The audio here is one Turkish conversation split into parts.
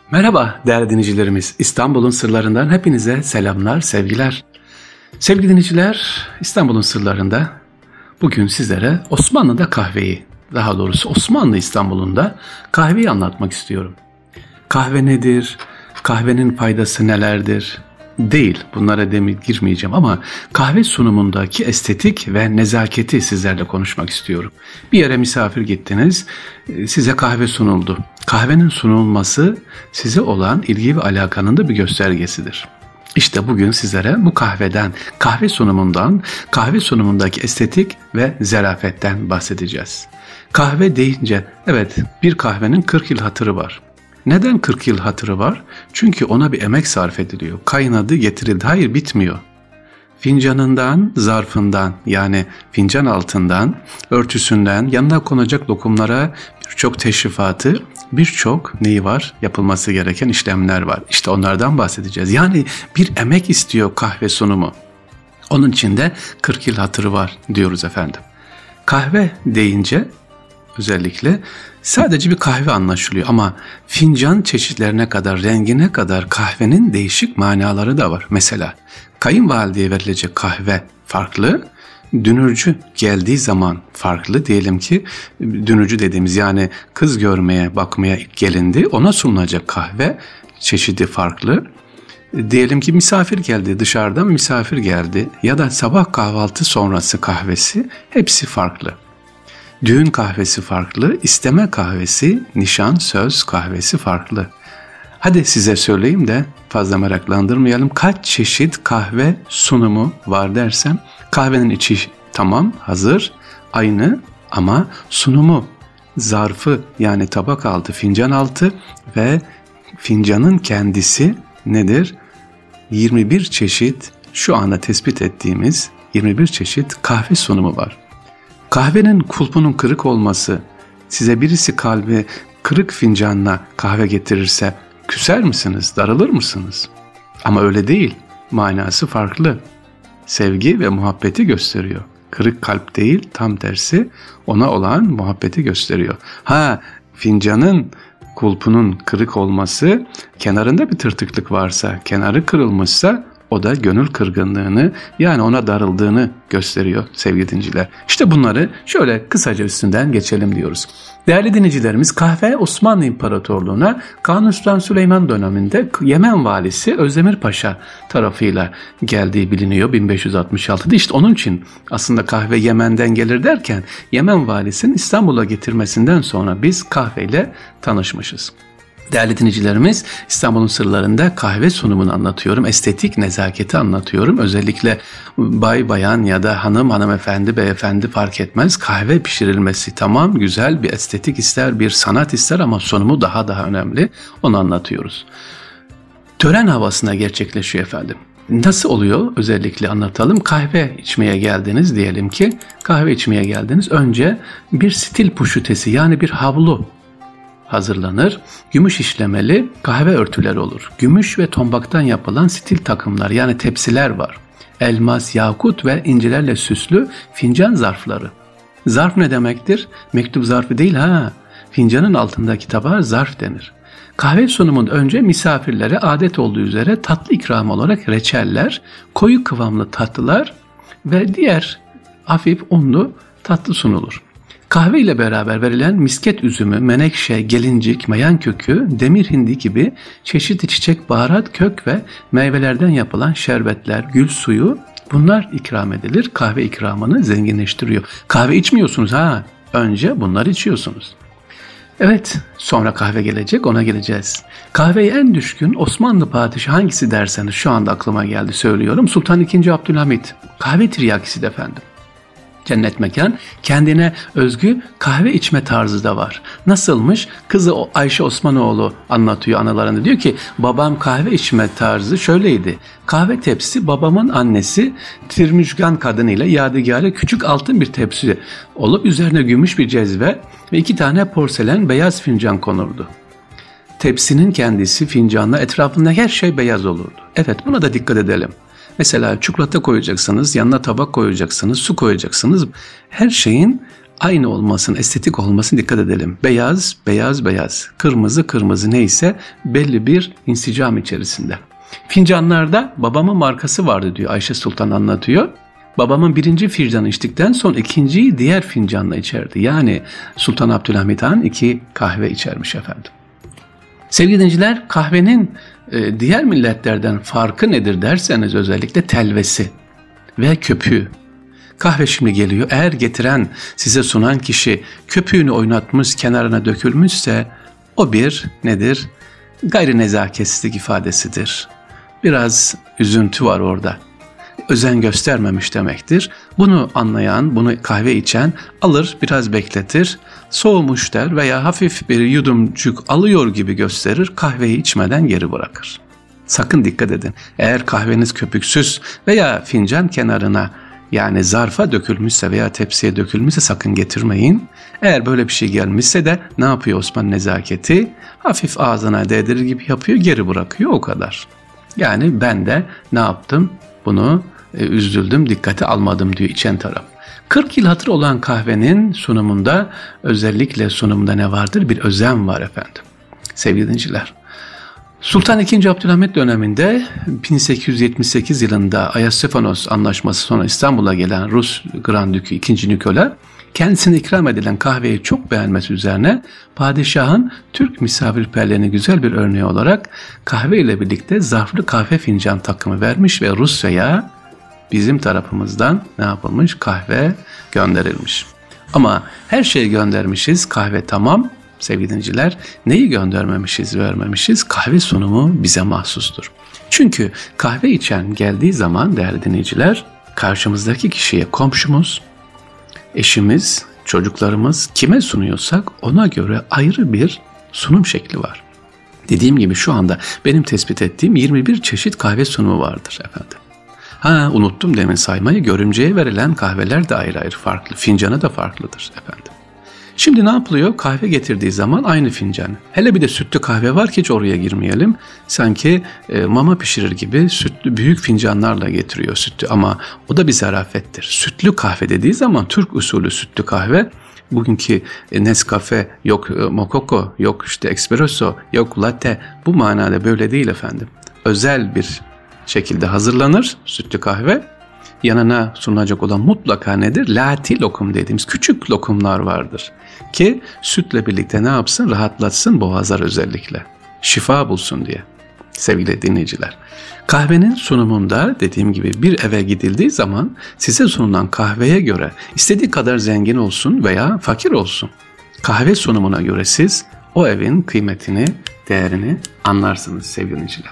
Merhaba değerli dinleyicilerimiz. İstanbul'un sırlarından hepinize selamlar, sevgiler. Sevgili dinleyiciler, İstanbul'un sırlarında bugün sizlere Osmanlı'da kahveyi, daha doğrusu Osmanlı İstanbul'unda kahveyi anlatmak istiyorum. Kahve nedir? Kahvenin faydası nelerdir? Değil, bunlara girmeyeceğim ama kahve sunumundaki estetik ve nezaketi sizlerle konuşmak istiyorum. Bir yere misafir gittiniz, size kahve sunuldu. Kahvenin sunulması size olan ilgi ve alakanın da bir göstergesidir. İşte bugün sizlere bu kahveden, kahve sunumundaki estetik ve zarafetten bahsedeceğiz. Kahve deyince, evet, bir kahvenin 40 yıl hatırı var. Neden 40 yıl hatırı var? Çünkü ona bir emek sarf ediliyor. Kaynadı, getirildi. Hayır, bitmiyor. Fincanından, zarfından, yani fincan altından, örtüsünden, yanına konacak lokumlara birçok teşrifatı, birçok neyi var? Yapılması gereken işlemler var. İşte onlardan bahsedeceğiz. Yani bir emek istiyor kahve sunumu. Onun için de 40 yıl hatırı var diyoruz efendim. Kahve deyince özellikle sadece bir kahve anlaşılıyor ama fincan çeşitlerine kadar, rengine kadar kahvenin değişik manaları da var. Mesela kayınvalideye verilecek kahve farklı, dünürcü geldiği zaman farklı. Diyelim ki dünürcü dediğimiz, yani kız görmeye, bakmaya ilk gelindi, ona sunulacak kahve çeşidi farklı. Diyelim ki misafir geldi, dışarıdan misafir geldi ya da sabah kahvaltı sonrası kahvesi, hepsi farklı. Düğün kahvesi farklı, isteme kahvesi, nişan, söz kahvesi farklı. Hadi size söyleyeyim de fazla meraklandırmayalım. Kaç çeşit kahve sunumu var dersem, kahvenin içi tamam, hazır, aynı ama sunumu, zarfı, yani tabak altı, fincan altı ve fincanın kendisi nedir? 21 çeşit, şu anda tespit ettiğimiz 21 çeşit kahve sunumu var. Kahvenin kulpunun kırık olması, size birisi kalbi kırık fincanla kahve getirirse küser misiniz, darılır mısınız? Ama öyle değil, manası farklı. Sevgi ve muhabbeti gösteriyor. Kırık kalp değil, tam tersi ona olan muhabbeti gösteriyor. Fincanın kulpunun kırık olması, kenarında bir tırtıklık varsa, kenarı kırılmışsa, o da gönül kırgınlığını, yani ona darıldığını gösteriyor sevgili dinleyiciler. İşte bunları şöyle kısaca üstünden geçelim diyoruz. Değerli dinleyicilerimiz, kahve Osmanlı İmparatorluğu'na Kanuni Sultan Süleyman döneminde Yemen valisi Özdemir Paşa tarafıyla geldiği biliniyor 1566'da. İşte onun için aslında kahve Yemen'den gelir derken, Yemen valisinin İstanbul'a getirmesinden sonra biz kahveyle tanışmışız. Değerli dinleyicilerimiz, İstanbul'un sırlarında kahve sunumunu anlatıyorum, estetik nezaketi anlatıyorum. Özellikle bay bayan ya da hanımefendi, beyefendi fark etmez. Kahve pişirilmesi tamam, güzel, bir estetik ister, bir sanat ister ama sunumu daha önemli. Onu anlatıyoruz. Tören havasına gerçekleşiyor efendim. Nasıl oluyor? Özellikle anlatalım. Kahve içmeye geldiniz diyelim ki. Kahve içmeye geldiniz. Önce bir stil puşutesi, yani bir havlu hazırlanır. Gümüş işlemeli kahve örtüleri olur. Gümüş ve tombaktan yapılan stil takımlar, yani tepsiler var. Elmas, yakut ve incilerle süslü fincan zarfları. Zarf ne demektir? Mektup zarfı değil Fincanın altındaki tabağa zarf denir. Kahve sunumunda önce misafirlere adet olduğu üzere tatlı ikram olarak reçeller, koyu kıvamlı tatlılar ve diğer hafif unlu tatlı sunulur. Kahve ile beraber verilen misket üzümü, menekşe, gelincik, mayan kökü, demir hindi gibi çeşitli çiçek, baharat, kök ve meyvelerden yapılan şerbetler, gül suyu, bunlar ikram edilir. Kahve ikramını zenginleştiriyor. Kahve içmiyorsunuz önce bunları içiyorsunuz. Evet, sonra kahve gelecek, ona geleceğiz. Kahveye en düşkün Osmanlı padişahı hangisi derseniz, şu anda aklıma geldi, söylüyorum. Sultan II. Abdülhamit. Kahve tiryakisi de efendim. Cennet mekan, kendine özgü kahve içme tarzı da var. Nasılmış? Kızı Ayşe Osmanoğlu anlatıyor anılarında. Diyor ki, babam kahve içme tarzı şöyleydi. Kahve tepsi, babamın annesi Tirmücgan kadınıyla yadigarı küçük altın bir tepsi olup üzerine gümüş bir cezve ve 2 tane porselen beyaz fincan konurdu. Tepsinin kendisi, fincanla etrafında her şey beyaz olurdu. Evet, buna da dikkat edelim. Mesela çikolata koyacaksınız, yanına tabak koyacaksınız, su koyacaksınız. Her şeyin aynı olmasın, estetik olmasın dikkat edelim. Beyaz, beyaz, beyaz. Kırmızı, kırmızı neyse belli bir insicam içerisinde. Fincanlarda babamın markası vardı diyor, Ayşe Sultan anlatıyor. Babamın birinci fincanı içtikten sonra ikinciyi diğer fincanla içerdi. Yani Sultan Abdülhamit Han 2 kahve içermiş efendim. Sevgili dinleyiciler, kahvenin diğer milletlerden farkı nedir derseniz özellikle telvesi ve köpüğü. Kahve şimdi geliyor. Eğer getiren, size sunan kişi köpüğünü oynatmış, kenarına dökülmüşse o bir nedir? Gayri nezaketsizlik ifadesidir. Biraz üzüntü var orada. Özen göstermemiş demektir. Bunu anlayan, bunu kahve içen alır, biraz bekletir, soğumuş der veya hafif bir yudumcuk alıyor gibi gösterir, kahveyi içmeden geri bırakır. Sakın dikkat edin. Eğer kahveniz köpüksüz veya fincan kenarına, yani zarfa dökülmüşse veya tepsiye dökülmüşse sakın getirmeyin. Eğer böyle bir şey gelmişse de ne yapıyor Osmanlı nezaketi? Hafif ağzına değdirir gibi yapıyor, geri bırakıyor, o kadar. Yani ben de ne yaptım? Bunu üzüldüm, dikkate almadım diyor içen taraf. 40 yıl hatır olan kahvenin sunumunda, özellikle sunumunda ne vardır? Bir özen var efendim. Sevgili dinleyiciler, Sultan II. Abdülhamit döneminde 1878 yılında Ayastefanos Anlaşması sonra İstanbul'a gelen Rus Grand Dükü II. Nikola kendisine ikram edilen kahveyi çok beğenmesi üzerine padişahın Türk misafirperlerine güzel bir örneği olarak kahve ile birlikte zarflı kahve fincan takımı vermiş ve Rusya'ya bizim tarafımızdan ne yapılmış? Kahve gönderilmiş. Ama her şeyi göndermişiz, kahve tamam. Sevgili dinleyiciler, neyi göndermemişiz, vermemişiz? Kahve sunumu bize mahsustur. Çünkü kahve içen geldiği zaman değerli dinleyiciler, karşımızdaki kişiye komşumuz, eşimiz, çocuklarımız kime sunuyorsak ona göre ayrı bir sunum şekli var. Dediğim gibi şu anda benim tespit ettiğim 21 çeşit kahve sunumu vardır efendim. Unuttum demin saymayı, görümceye verilen kahveler de ayrı ayrı farklı, fincanı da farklıdır efendim. Şimdi ne yapılıyor? Kahve getirdiği zaman aynı fincan. Hele bir de sütlü kahve var ki hiç oraya girmeyelim. Sanki mama pişirir gibi sütlü büyük fincanlarla getiriyor sütlü, ama o da bir zarafettir. Sütlü kahve dediği zaman Türk usulü sütlü kahve, bugünkü Nescafe, yok Mokoko, yok işte espresso, yok latte, bu manada böyle değil efendim. Özel bir şekilde hazırlanır sütlü kahve. Yanına sunulacak olan mutlaka nedir? Lati lokum dediğimiz küçük lokumlar vardır. Ki sütle birlikte ne yapsın? Rahatlatsın boğazlar özellikle. Şifa bulsun diye. Sevgili dinleyiciler, kahvenin sunumunda dediğim gibi bir eve gidildiği zaman size sunulan kahveye göre istediği kadar zengin olsun veya fakir olsun, kahve sunumuna göre siz o evin kıymetini, değerini anlarsınız sevgili dinleyiciler.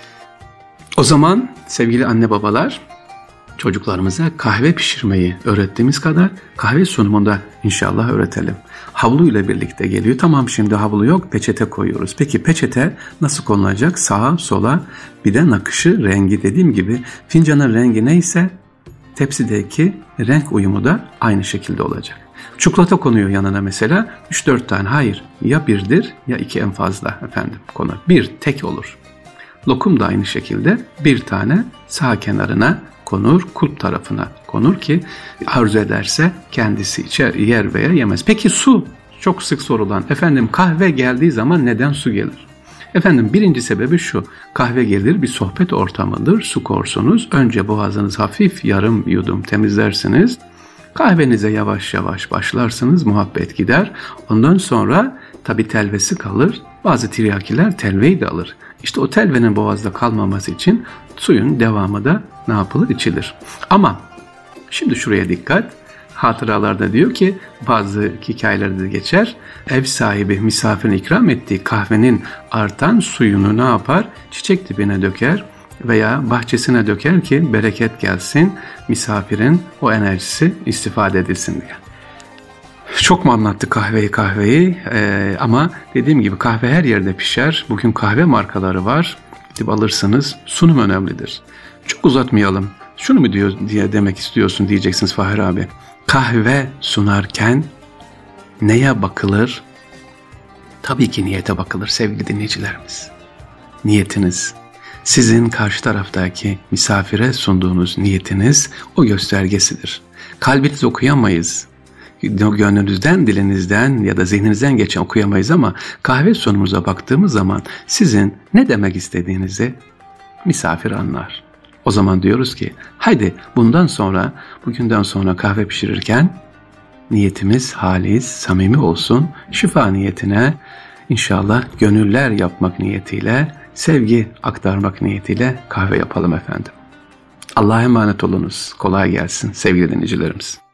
O zaman sevgili anne babalar, çocuklarımıza kahve pişirmeyi öğrettiğimiz kadar kahve sunumunda inşallah öğretelim. Havlu ile birlikte geliyor. Tamam, şimdi havlu yok, peçete koyuyoruz. Peki peçete nasıl konulacak? Sağa sola, bir de nakışı, rengi, dediğim gibi fincanın rengi neyse tepsideki renk uyumu da aynı şekilde olacak. Çikolata konuyor yanına mesela, 3-4 tane, hayır, ya birdir ya 2 en fazla efendim konur. Bir tek olur. Lokum da aynı şekilde bir tane sağ kenarına konur, kulp tarafına konur ki arzu ederse kendisi içer, yer veya yemez. Peki su çok sık sorulan, efendim kahve geldiği zaman neden su gelir? Efendim birinci sebebi şu: kahve gelir, bir sohbet ortamıdır, su korsunuz, önce boğazınız hafif yarım yudum temizlersiniz, kahvenize yavaş yavaş başlarsınız, muhabbet gider, ondan sonra tabi telvesi kalır, bazı tiryakiler telveyi de alır. İşte o telvenin boğazda kalmaması için suyun devamı da ne yapılır? İçilir. Ama şimdi şuraya dikkat. Hatıralarda diyor ki, bazı hikayelerde de geçer, ev sahibi misafirine ikram ettiği kahvenin artan suyunu ne yapar? Çiçek dibine döker veya bahçesine döker ki bereket gelsin, misafirin o enerjisi istifade edilsin diye. Çok mu anlattı kahveyi ama dediğim gibi kahve her yerde pişer. Bugün kahve markaları var. Gidip alırsınız. Sunum önemlidir. Çok uzatmayalım. Şunu mu diye demek istiyorsun diyeceksiniz Fahir abi. Kahve sunarken neye bakılır? Tabii ki niyete bakılır sevgili dinleyicilerimiz. Niyetiniz, sizin karşı taraftaki misafire sunduğunuz niyetiniz o göstergesidir. Kalbiniz okuyamayız. gönlünüzden, dilinizden ya da zihninizden geçen okuyamayız ama kahve sunumuza baktığımız zaman sizin ne demek istediğinizi misafir anlar. O zaman diyoruz ki haydi bugünden sonra kahve pişirirken niyetimiz halis, samimi olsun. Şifa niyetine inşallah gönüller yapmak niyetiyle, sevgi aktarmak niyetiyle kahve yapalım efendim. Allah'a emanet olunuz. Kolay gelsin sevgili dinleyicilerimiz.